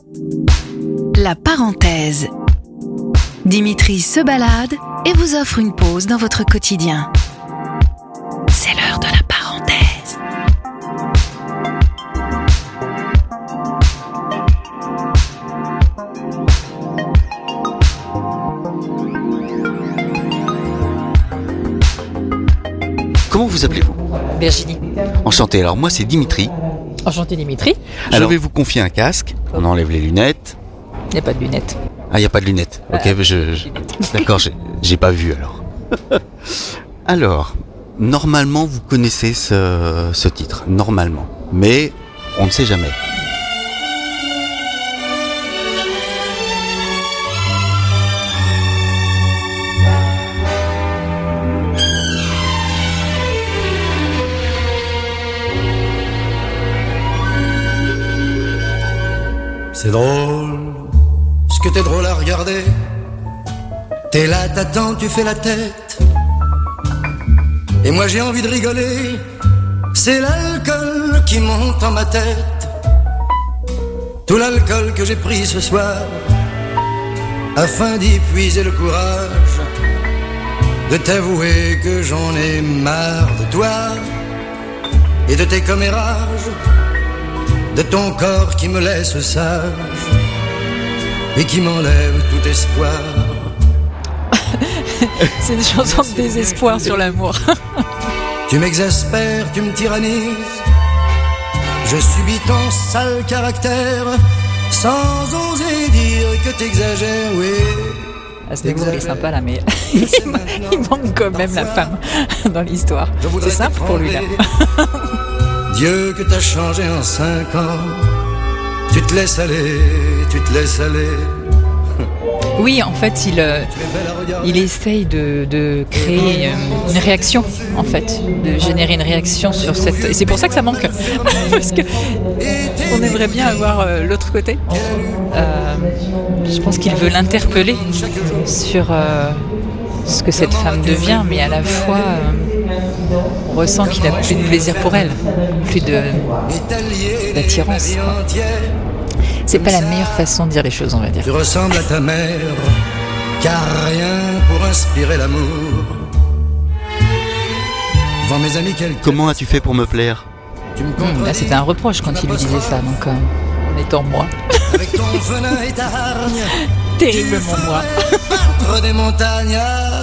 La parenthèse. Dimitri se balade et vous offre une pause dans votre quotidien. C'est l'heure de la parenthèse. Comment vous appelez-vous ? Virginie. Enchanté, alors moi c'est Dimitri. Enchanté Dimitri. Je vais vous confier un casque, on enlève les lunettes. Il n'y a pas de lunettes. Ah, il n'y a pas de lunettes. Ok, d'accord, j'ai pas vu alors. Alors, normalement vous connaissez ce titre, normalement. Mais on ne sait jamais. C'est drôle, ce que t'es drôle à regarder. T'es là, t'attends, tu fais la tête. Et moi j'ai envie de rigoler. C'est l'alcool qui monte en ma tête. Tout l'alcool que j'ai pris ce soir, afin d'y puiser le courage de t'avouer que j'en ai marre de toi et de tes commérages, de ton corps qui me laisse sage et qui m'enlève tout espoir. C'est une chanson de désespoir sur l'amour. Tu m'exaspères, tu me tyrannises. Je subis ton sale caractère sans oser dire que t'exagères, oui. À ce niveau, il est sympa là, mais il manque quand même la femme dans l'histoire. C'est simple pour lui là. Dieu que t'as changé en 5 ans. Tu te laisses aller, tu te laisses aller. Oui, en fait, il essaye de créer une réaction, en fait, de générer une réaction sur cette... Et c'est pour ça que ça manque, parce que on aimerait bien avoir l'autre côté. Je pense qu'il veut l'interpeller sur ce que cette femme devient, mais à la fois... on ressent qu'il n'a plus de plaisir pour elle, plus d'attirance. C'est pas la meilleure façon de dire les choses, on va dire. Tu ressembles à ta mère, car rien pour inspirer l'amour. Devant mes amis, comment as-tu fait pour me plaire ? Là, c'était un reproche quand il lui disait ça, donc en étant moi. Avec ton venin et ta hargne, terriblement moi. Battre des montagnes.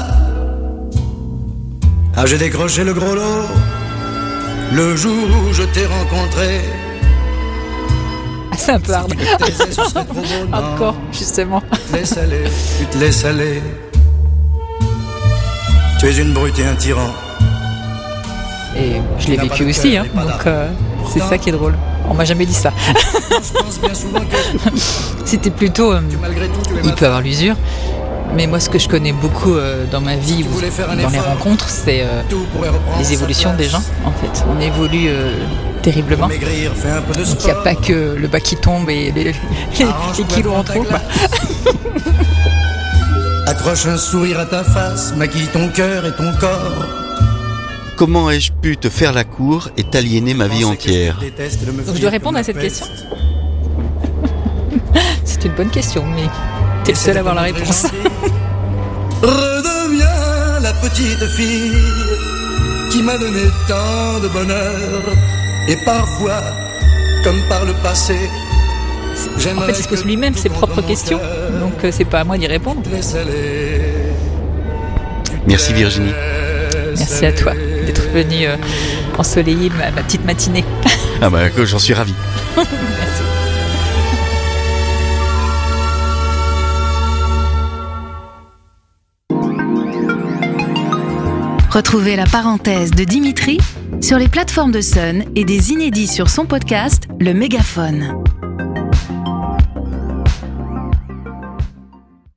Ah, j'ai décroché le gros lot le jour où je t'ai rencontré. Ah, c'est un peu hard. Encore, justement. Laisse aller, tu te laisses aller. Tu es une brute et un tyran. Et je l'ai vécu aussi, hein, donc c'est ça qui est drôle. On m'a jamais dit ça. C'était plutôt... il peut avoir l'usure. Mais moi, ce que je connais beaucoup dans ma vie ou dans les rencontres, c'est les évolutions des gens, en fait. On évolue terriblement. Donc, il n'y a pas que le bas qui tombe et les kilos en trop, quoi. Accroche un sourire à ta face, maquille ton cœur et ton corps. Comment ai-je pu te faire la cour et t'aliéner ma vie entière ? Donc, je dois répondre à cette question. C'est une bonne question, mais... t'es le seul à avoir la réponse. Redeviens la petite fille qui m'a donné tant de bonheur. Et parfois, comme par le passé, en fait, il se pose lui-même ses propres questions. Donc, c'est pas à moi d'y répondre. Merci Virginie. Merci à toi d'être venue ensoleiller ma petite matinée. Ah bah, j'en suis ravi. Merci. Retrouvez la parenthèse de Dimitri sur les plateformes de Sun et des inédits sur son podcast Le Mégaphone.